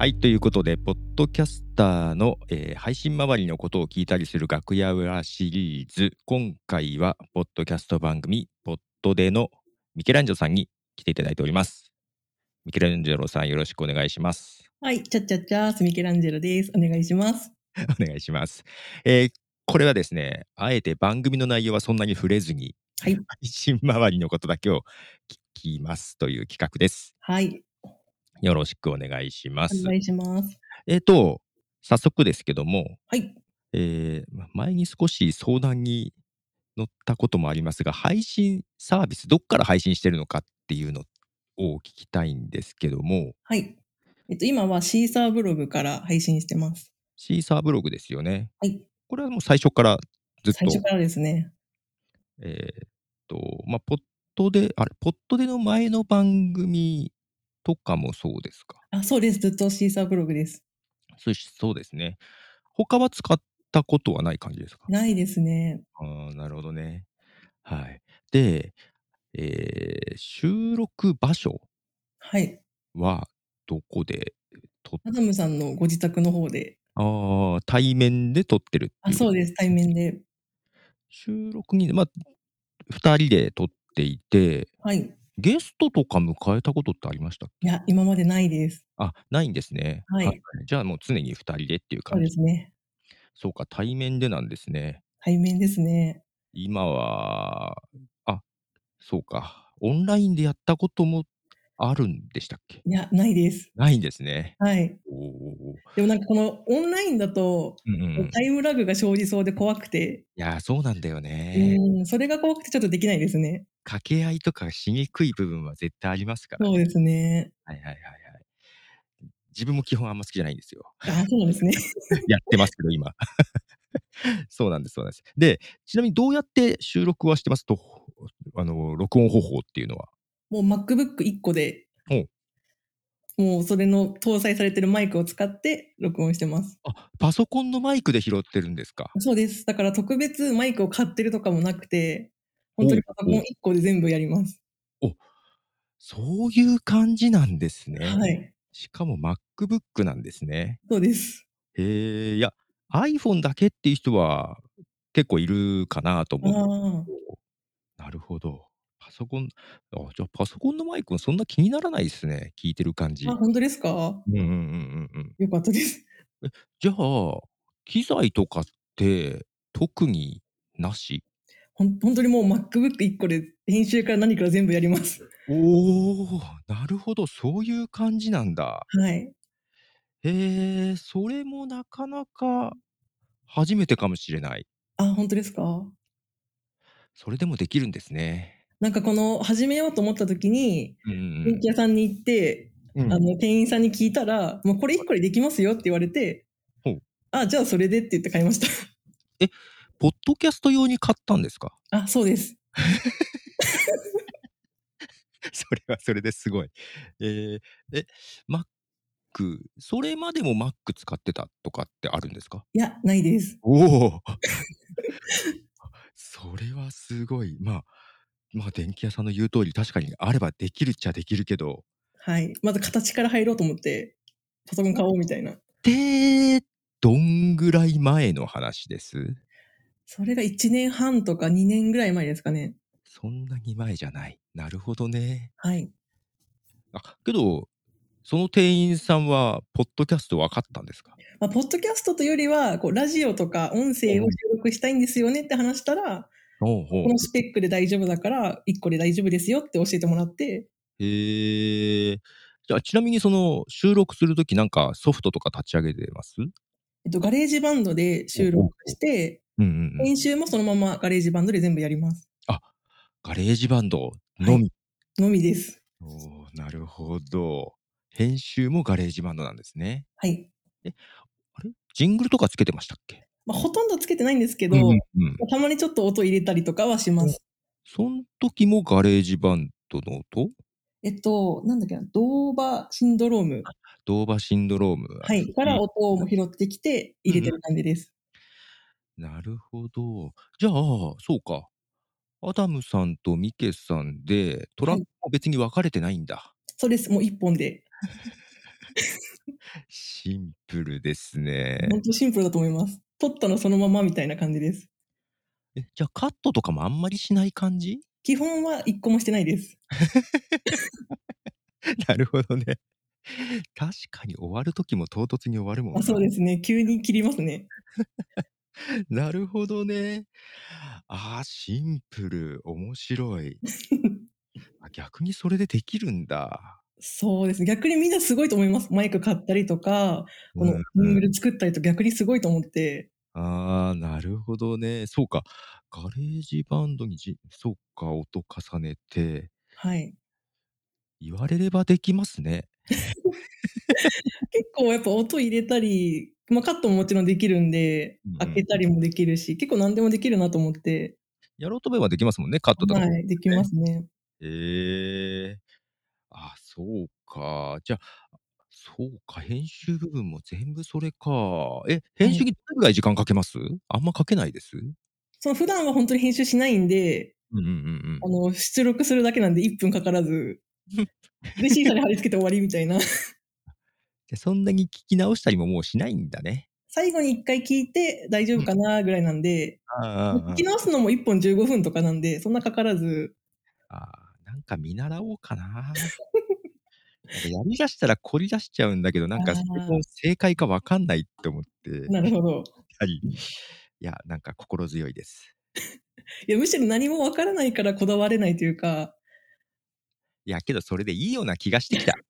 はい、ということで、ポッドキャスターの、配信周りのことを聞いたりする楽屋裏シリーズ。今回は、ポッドキャスト番組、ポッドでのミケランジェロさんに来ていただいております。ミケランジェロさん、よろしくお願いします。 はい、チャッチャッチャースミケランジェロです。お願いします。 お願いします。これはですね、あえて番組の内容はそんなに触れずに、 はい。 配信周りのことだけを聞きますという企画です。 はい。 よろしくお願いします。 お願いします。 早速ですけども、 はい。 前に少し相談に乗ったこともありますが、配信サービス、どっから配信してるのかっていうのを聞きたいんですけども、 はい。今はシーサーブログから配信してます。 シーサーブログですよね。 はい。 これはもう最初からずっと、 最初からですね。 えーっポッドでの前の番組とかもそうですか？ あ、そうです。ずっとシーサーブログです。 そうですね。他は使ったことはない感じですか？ ないですね。 ああ、なるほどね。はい。で、収録場所はい。 はどこで撮っアダムさんのご自宅の方で。 対面で撮ってるってあ、 いうことそうです。対ですね。 面で。 収録に、2人で撮っていて、 はい。 ゲストとか迎えたことってありましたっけ？ いや、今までないです。 あ、ないんですね。はい。 はい。 じゃあもう常に2人でっていうそう感じ。 ですね。 そうか、対面でなんですね。 対面ですね。 今は、あ、そうか、オンラインでやったこともあるんでしたっけ？ いや、ないです。 ないんですね。 はい。 おお。 でもなんかこのオンラインだと、 うんうんうん。 タイムラグが生じそうで怖くて、 いや、そうなんだよね。 それが怖くてちょっとできないですね。 掛け合いとかしにくい部分は絶対ありますからね。 そうですね。 はいはいはいはい。自分も基本あんま好きじゃないんですよ。 ああ、そうなんですね。 やってますけど、今。そうなんですそうなんです。で、ちなみにどうやって収録はしてますと、録音方法っていうのは。 もう MacBook 1個で、 ほう。 もうそれの搭載されてるマイクを使って録音してます。 あ、パソコンのマイクで拾ってるんですか。 そうです。だから特別マイクを買ってるとかもなくて、ほんとほうにパソコンほう。 1個で全部やります。 お、そういう感じなんですね。 はい。 しかも MacBook なんですね。 そうです。 へえ、いや、iPhone だけっていう人は結構いるかなとあ思うんですあ。 けど。なるほど。じゃあパソコンのマイクもそんな気にならないですね、聞いてる感あ、 じ。 ほんとですか？ うんうんうんうんうん。 良かったです。 じゃあ、機材とかって特になし？ ほんとにもう MacBook 1個で編集から何から全部やります。 おお、なるほど、そういう感じなんだ。 はい。 へえ、それもなかなか初めてかもしれない。 あ、ほんとですか？ それでもできるんですね。 なんかこの始めようと思った時に、 うんうんうん。 電気屋さんに行って、 うん。 店員さんに聞いたら、もうこれ1個でできますよって言われて、 ほう。 あ、じゃあそれでって言って買いました。 え、ポッドキャスト用に買ったんですか？ あ、そうです。 それはそれですごい。ええ、Mac、それまでも Mac 使ってたとかってあるんですか？ いや、ないです。 おお。それはすごい。電気屋さんの言う通り、確かにあればできるっちゃできるけど、 はい。まず形から入ろうと思って、パソコン買おうみたいな。 で、どんぐらい前の話です？ それが1年半とか2年ぐらい前ですかね。 そんなに前じゃない。なるほどね。 はい。 けど、その店員さんはポッドキャスト分かったんですか？ ポッドキャストというよりは、こうラジオとか音声を収録したいんですよねって話したら、 ほうほう。 このスペックで大丈夫だから、1個で大丈夫ですよって教えてもらって、 へえ。じゃあ、ちなみにその収録する時なんかソフトとか立ち上げてます？ ガレージバンドで収録ほうほうほう。 して、 うんうんうん。 編集もそのままガレージバンドで全部やります。 あ、ガレージバンドはい。 のみ。 のみです。 おお、なるほど。編集もガレージバンドなんですね。 はい。 え、あれ？ジングルとかつけてましたっけ？ ほとんどつけてないんですけうんうんど、 うん。 たまにちょっと音入れたりとかはしまお、 す。 そん時もガレージバンドの音？ なんだっけな、ドーバシンドローム、 ドーバシンドロームははい、から音を拾ってきてうんうん。 入れてる感じです。 なるほど。じゃあ、そうか。アダムさんとミケさんで、トラックはい。 も別に分かれてないんだ。 そうです。もう1本で。 シンプルですね。 ほんとシンプルだと思います。撮ったのそのままみたいな感じです。 じゃあカットとかもあんまりしない感じ？ 基本は1個もしてないです。 なるほどね。確かに終わる時も唐突に終わるもあ、 んな。 そうですね。急に切りますね。 なるほどね。ああ、シンプル、面白い。あ、逆にそれでできるんだ。 そうですね。逆にみんなすごいと思います。マイク買ったりとか、このうんジングうん。 ル作ったりと逆にすごいと思って。 ああ、なるほどね。そうか。ガレージバンドにそうか、音重ねて、 はい。 言われればできますね。 結構やっぱ音入れたり、カットももちろんできるんで、 うんうん。 開けたりもできるし、結構何でもできるなと思って。 やろうと思えばできますもんね、カットとかもはい、できまね。 すね。 ええ。あ、そうか。じゃあ、そうか、編集部分も全部それか。編集はい。 にどれぐらい時間かけます？あんまかけないです？ 普段はほんとに編集しないんで、 うんうんうんうん。 出力するだけなんで1分かからず、で、シーサーに貼り付けて終わりみたいな。 じゃ、そんなに聞き直したりももうしないんだね。 最後に1回聞いて大丈うん。 夫かなぐらいなんで、 ああああああ。 聞き直すのも1本15分とかなんで、そんなかからず。 ああ、なんか見習おうかな。なんかやり出したら凝り出しちゃうんだけど、なあんかそれもあ、 正解か分かんないって思って、 なるほど。 はい。いや、なんか心強いです。 いや、むしろ何もわからないからこだわれないというか。 いや、けどそれでいいような気がしてきた。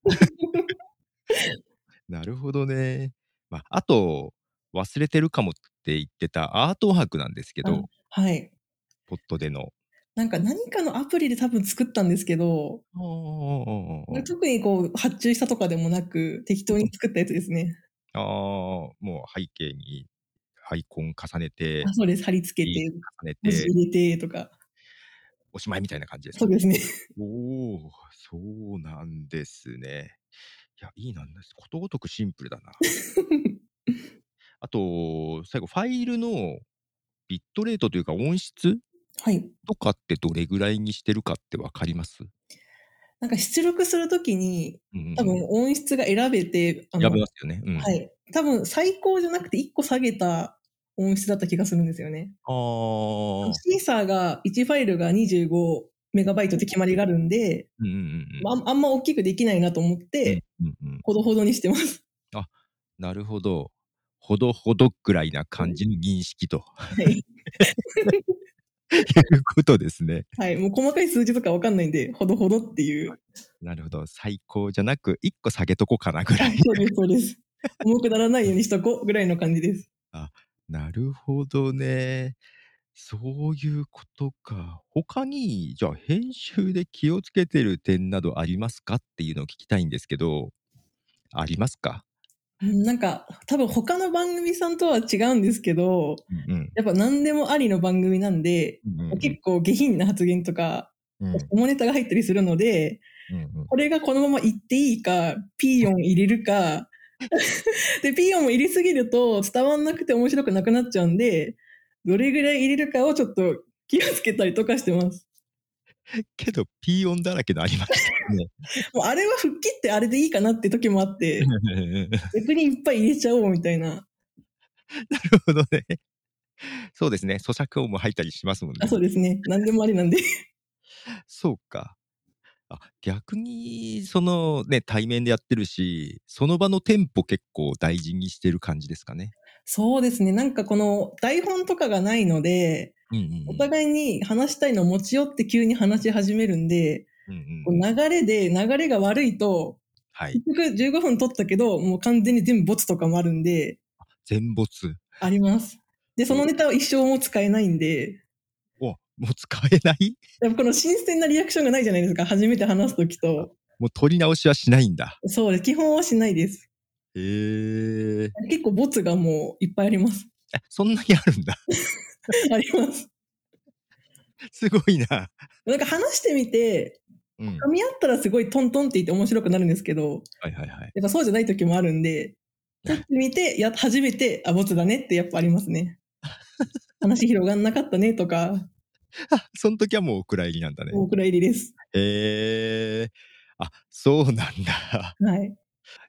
なるほどね。ま、あと、忘れてるかもって言ってたアートワークなんですけあ、 ど、 はい。 ポットでの。 なんか何かのアプリで多分作ったんですけど、 あああああああああ。 特にこう発注したとかでもなく、適当に作ったやつですね。 ああ、もう背景にアイコン重ねて、 あ、そうです。貼り付けリーて、 ス重ねて、 文字入れてとか。 おしまいみたいな感じですか？ そうですね。 おお、そうなんですね。いや、いいな、ことごとくシンプルだな。あと、最後ファイルのビットレートというか音質はい。 とかってどれぐらいにしてるかって分かります？ なんか出力する時に、 うんうんう多分ん。 音質が選べて、 選べますよね。うん。 はい。多分最高じゃなくて1個下げた音質だった気がするんですよね。 ああ。 シーサーが1ファイルが25メガバイトって決まりがあるんで、 うんうんうんうん。 あんま大きくできないなと思っうんて、 うんうん。 ほどほどにしてます。 あ、なるほど。ほどほどぐらいな感じの認識とはい。 いうことですね。 はい。もう細かい数字とかわかんないんで、ほどほどっていう。 なるほど、最高じゃなく、1個下げとこうかなぐあ、 らい。 そうですそうです。重くならないようにしとこうぐらいの感じです。 あ、なるほどね。そういうことか。他に、じゃあ編集で気をつけてる点などありますかっていうのを聞きたいんですけど、ありますか？ なんか、多分他の番組さんとは違うんですけど、 うんうん。 やっぱ何でもありの番組なんで、 うんうんうん。 結構下品な発言とか、 うん。 下ネタが入ったりするので、 うんうん。 これがこのまま言っていいか、ピーヨン入れるか、で、ピーヨンも入れすぎると伝わんなくて面白くなくなっちゃうんで、どれぐらい入れるかをちょっと気をつけたりとかしてます。 けど、ピー音だらけのありましたよね。 もうあれは吹っ切ってあれでいいかなって時もあって、逆にいっぱい入れちゃおうみたいな。 なるほどね。そうですね、咀嚼音も入ったりしますもんあ、そね。 うですね。何でもありなんで。 そうか。あ、逆にそのね、対面でやってるし、その場のテンポ結構大事にしてる感じですかね？ そうですね。なんかこの台本とかがないので、 うんうんうん。 お互いに話したいのを持ち寄って急に話し始めるんで、 うんうんうこうん。 流れが悪いと、 はい。 結局15分撮ったけど、もう完全に全部ボツとかもあるんで、 全没。 あります。で、そのおネタは一生も使えないんで、 もう使えない？ やっぱこの新鮮なリアクションがないじゃないですか、初めて話すときあ、 と。 もう取り直しはしないんだ。 そうです。基本はしないです。 へえ。 結構ボツがもういっぱいあります。 そんなにあるんだ。 あります。 すごいな。 なんか話してみて、 うん。 噛み合ったらすごいトントンって言って面白くなるんですけど、 はいはいはい。 やっぱそうじゃない時もあるんで、撮ってみて、初めて、あ、ボツだねってやっぱありますね。話広がんなかったねとか、 そん時はもうお蔵入りなんだね。 お蔵入りです。 へえ。あ、そうなんだ。 はい。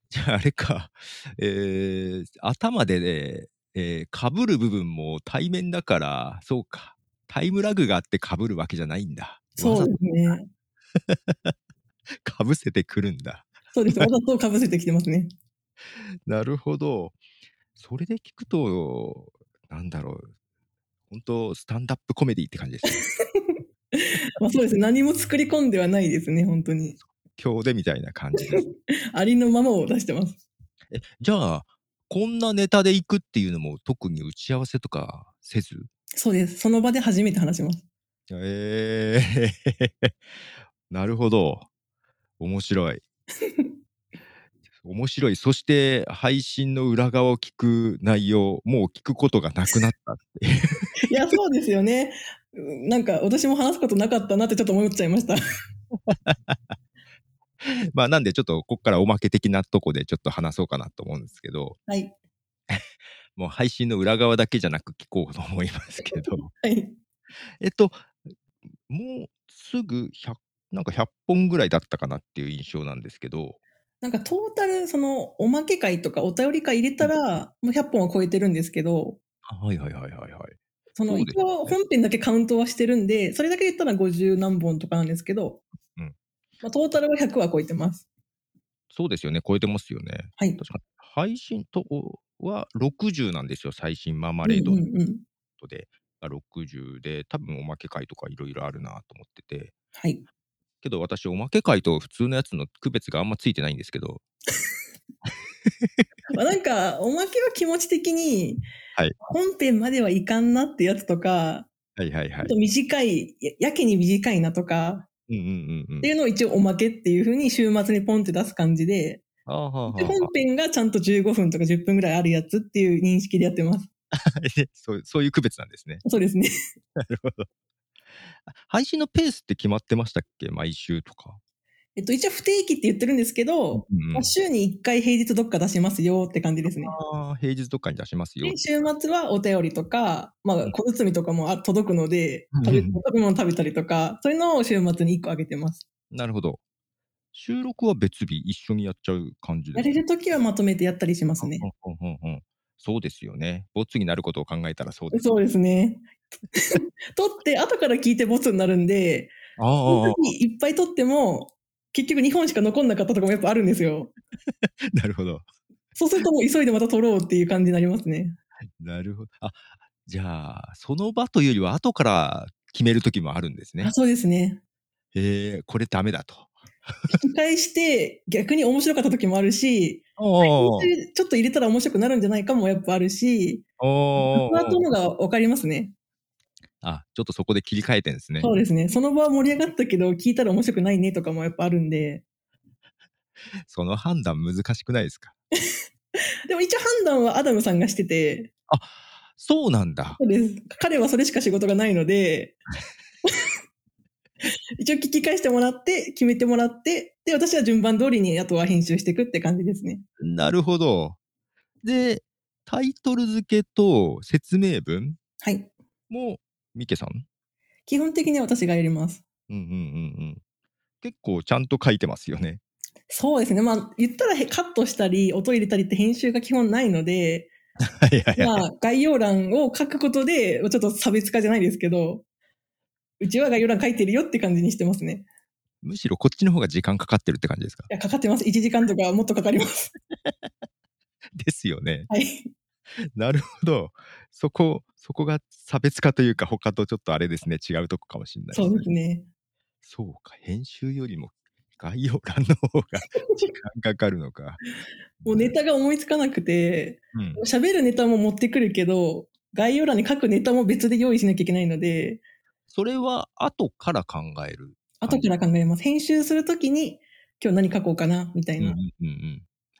じゃああれか、頭でね、被る部分も対面だから、そうか、タイムラグがあって被るわけじゃないんだ。わそうでざとすね。 被せてくるんだ。 そうです。わざと被せてきてますね。 なるほど。それで聞くと、なんだろう、本当スタンダップコメディって感じですね。 ま、そうですね、何も作り込んではないですね、ほんとに。 今日でみたいな感じです。 ありのままを出してます。 じゃあ、こんなネタで行くっていうのも特に打ち合わせとかせず？ そうです。その場で初めて話します。 ええ。なるほど。面白い。面白い。そして配信の裏側を聞く内容、もう聞くことがなくなったっていう。 いや、そうですよね。なんか私も話すことなかったなってちょっと思っちゃいました。 まあ、なんでちょっとこっからおまけ的なとこでちょっと話そうかなと思うんですけど、 はい。 もう配信の裏側だけじゃなく聞こうと思いますけど、 はい。 えっと、もうすぐ100なんか100本ぐらいだったかなっていう印象なんですけど。 なんかトータルそのおまけ会とかお便り会入れうん。 たら、もう100本は超えてるんですけど、 あ、はいはいはいはいはい。 そのそうです一応よね。 本編だけカウントはしてるんで、それだけ言ったら50何本とかなんですけど、 うん。 ま、トータルは100は超えてます。 そうですよね、超えてますよね。 はい。 確かに。配信とは60なんですよ、最新マーマうんレードうんうん。 とで。60で、多分おまけ会とかいろいろあるなと思ってて。 はい。 けど私、おまけ会と普通のやつの区別があんまついてないんですけど。 ま、なんか、おまけは気持ち的に、 はい。 本編まではいかんなってやつとか、 はいはいはい。 ちょっと短い、やけに短いなとかうんうんうんうん。 っていうのを一応おまけっていう風に週末にポンって出す感じで、 ああ、はあは一応本あはあ。 編がちゃんと15分とか10分ぐらいあるやつっていう認識でやってます。 そういう区別なんですね。 そうですね。 なるほど。配信のペースって決まってましたっけ？毎週とか。 一応不定期って言ってるんですけうんど、ま、 うん。 週に1回平日どっか出しますよって感じですね。 ああ、平日どっかに出しますよっで、 て週末はお便りとか、まあ、 うん。 小包とかも、届くので、 うんうんうん。 食べ物食べたりとか、そういうのを週末に1個あげてます。 なるほど。収録は別日、一緒にやっちゃう感じですか？ やれる時はまとめてやったりしますね。 うんうんうんうんうん。そうですよね。ボツになることを考えたらそうですそうよ。 ですね。撮って後から聞いてボツになるんで、 ああそのああああ。 時いっぱい撮っても、結局2本しか残んなかったとかもやっぱあるんですよ。 なるほど。 そうするともう急いでまた撮ろうっていう感じになりますね。 なるほど。あ、じゃあ、その場というよりは後から決める時もあるんですあ、 ね。 そうですね。 へえ、これダメだと。 引き返して逆に面白かった時もあるし、 ああああああ。 ちょっと入れたら面白くなるんじゃないかもやっぱあるし、 ああああ後々のああ。 が分かりますね。 あ、ちょっとそこで切り替えてんすね。 そうですね。その場は盛り上がったけど、聞いたら面白くないねとかもやっぱあるんで。 その判断難しくないですか？ でも一応判断はアダムさんがしてて、 あ、そうなんだ。 そうです。彼はそれしか仕事がないので、一応聞き返してもらって、決めてもらって、で、私は順番通りにあとは編集していくって感じですね。 なるほど。で、タイトル付けと説明文はい。 もミケさん？ 基本的には私がやります。 うんうんうんうん。結構ちゃんと書いてますよね。 そうですね。まあ、言ったらカットしたり、音入れたりって編集が基本ないので、 はいはいはい。 まあ、概要欄を書くことで、ちょっと差別化じゃないですけど、うちは概要欄書いてるよって感じにしてますね。 むしろこっちの方が時間かかってるって感じですか？ いや、かかってます。1時間とかもっとかかります。 ですよね。 はい。 なるほど。そこが差別化というか、他とちょっとあれですね、違うとこかもしんないでそうすね。 ですね。 そうか、編集よりも概要欄の方が時間かかるのか。 もうネタが思いつかなくて、 うん。 喋るネタも持ってくるけど、概要欄に書くネタも別で用意しなきゃいけないので、 それは後から考える後か感じ？ ら考えます。編集するときに、今日何書こうかな、みたいな。 うんうんうんうん。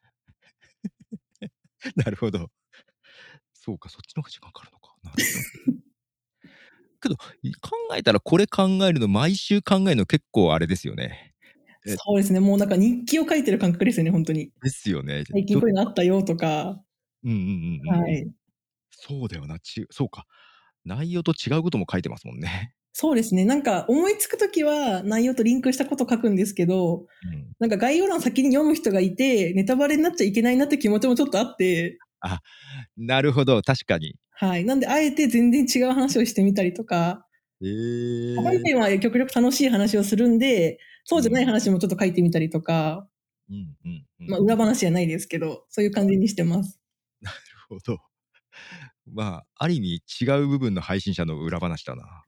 なるほど。そうか、そっちの方が時間かかるのか。なるほど。けど、考えたらこれ考えるの、毎週考えるの結構あれですよね。え、 そうですね。もうなんか日記を書いてる感覚ですよね、ほんとに。 ですよね。 最近こういうのあったよとか。 うんうんうんうんうん。 はい。 そうだよな、そうか。内容と違うことも書いてますもんね。 そうですね。なんか思いつくときは内容とリンクしたこと書くんですけど、 うん。 なんか概要欄先に読む人がいて、ネタバレになっちゃいけないなって気持ちもちょっとあって、 あ、なるほど、確かに。 はい。なんで、あえて全然違う話をしてみたりとか、本編は極力楽しい話をするんで、そうじゃない話もちょっと書いてみたりとか、 うんうんうん。 まあ、裏話じゃないですけど、そういう感じにしてます。 なるほど。まあ、ある意味違う部分の配信者の裏話だな。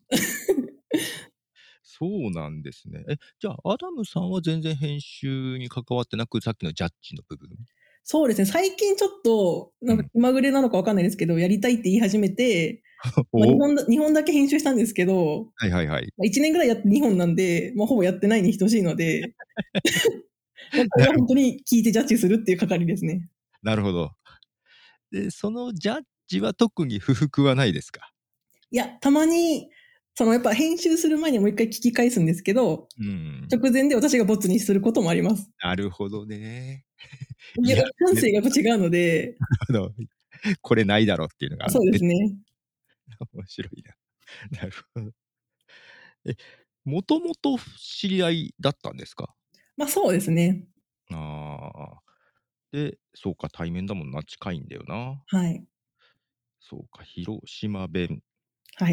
そうなんですね。じゃあ、アダムさんは全然編集に関わってなく、さっきのジャッジの部分。 そうですね。最近ちょっと、なんか気まぐれなのかわかんないですけど、やりたいって言い始めて、まあ、 お 2本だけ編集したんですけど、 はいはいはい。 まあ、1年ぐらいやって2本なんで、まあ、ほぼやってないに等しいので、まあ、これは本当に聞いてジャッジするっていう係ですね。 なるほど。で、そのジャッジは特に不服はないですか？ いや、たまに、やっぱ編集する前にもう一回聞き返すんですけど、 うん。 直前で私がボツにすることもあります。 なるほどね。いで、 や、 感性がやっぱ違うので、 あの、これないだろっていうのがそうです出てね。 面白いな。なるほど。もともと知り合いだったんですか？ まあそうですね。 ああ。で、そうか、対面だもんな、近いんだよな。 はい。 そうか、広島弁。 はい。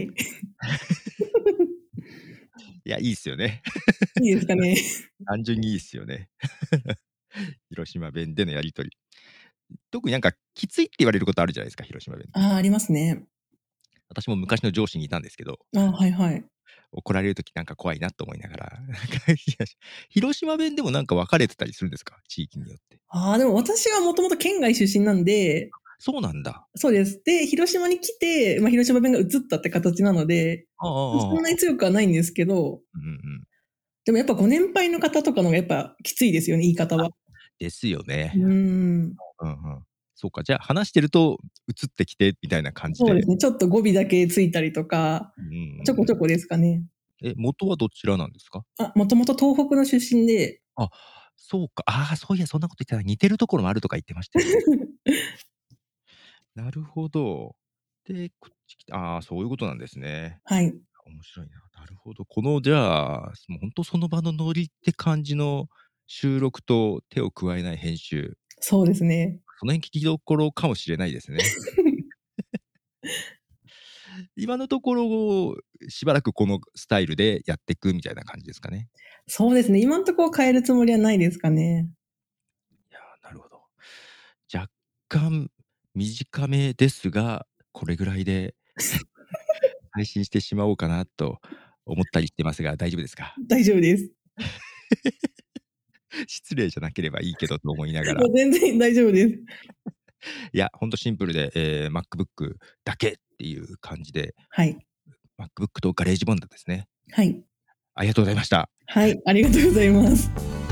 いや、いいっすよね。 いいですかね。 単純にいいっすよね。広島弁でのやり取り。特になんかきついって言われることあるじゃないですか、広島弁って。 ああ、ありますね。 私も昔の上司にいたんですけど、 ああ、はいはい。 怒られるときなんか怖いなと思いながら、なんかいや広島弁でもなんか分かれてたりするんですか？地域によって。 ああ、でも私はもともと県外出身なんで、 そうなんだ。 そうです。で、広島に来て、まあ、広島弁が移ったって形なので、 ああああああ。 そんなに強くはないんですけど、 うんうんうん。 でもやっぱご年配の方とかのがやっぱきついですよね、言い方は。 ですよね。 うーん。 うんうん。そうか、じゃあ話してると移ってきてみたいな感じで。 そうですね。ちょっと語尾だけついたりとか、 うんうんうん。 ちょこちょこですかね。 元はどちらなんですか？ あ、もともと東北の出身で、 あ、そうか。ああ、そういや、そんなこと言ってた。似てるところもあるとか言ってましたよね。なるほど。で、こっち来てああ、そういうことなんですね。 はい。 面白いな。なるほど。このじゃあ、もうほんとその場のノリって感じの収録と手を加えない編集、 そうですね。 その辺聞きどころかもしれないですね。今のところ、しばらくこのスタイルでやっていくみたいな感じですかね。 そうですね。今んところ変えるつもりはないですかね。 いやー、なるほど。若干短めですが、これぐらいで配信してしまおうかなと思ったりしてますが、大丈夫ですか？ 大丈夫です。 失礼じゃなければいいけどと思いながら。 もう全然大丈夫です。 いや、ほんとシンプルで、MacBook だけっていう感じで、 はい。 MacBook とガレージバンドですね。 はい。 ありがとうございました。 はい。ありがとうございます。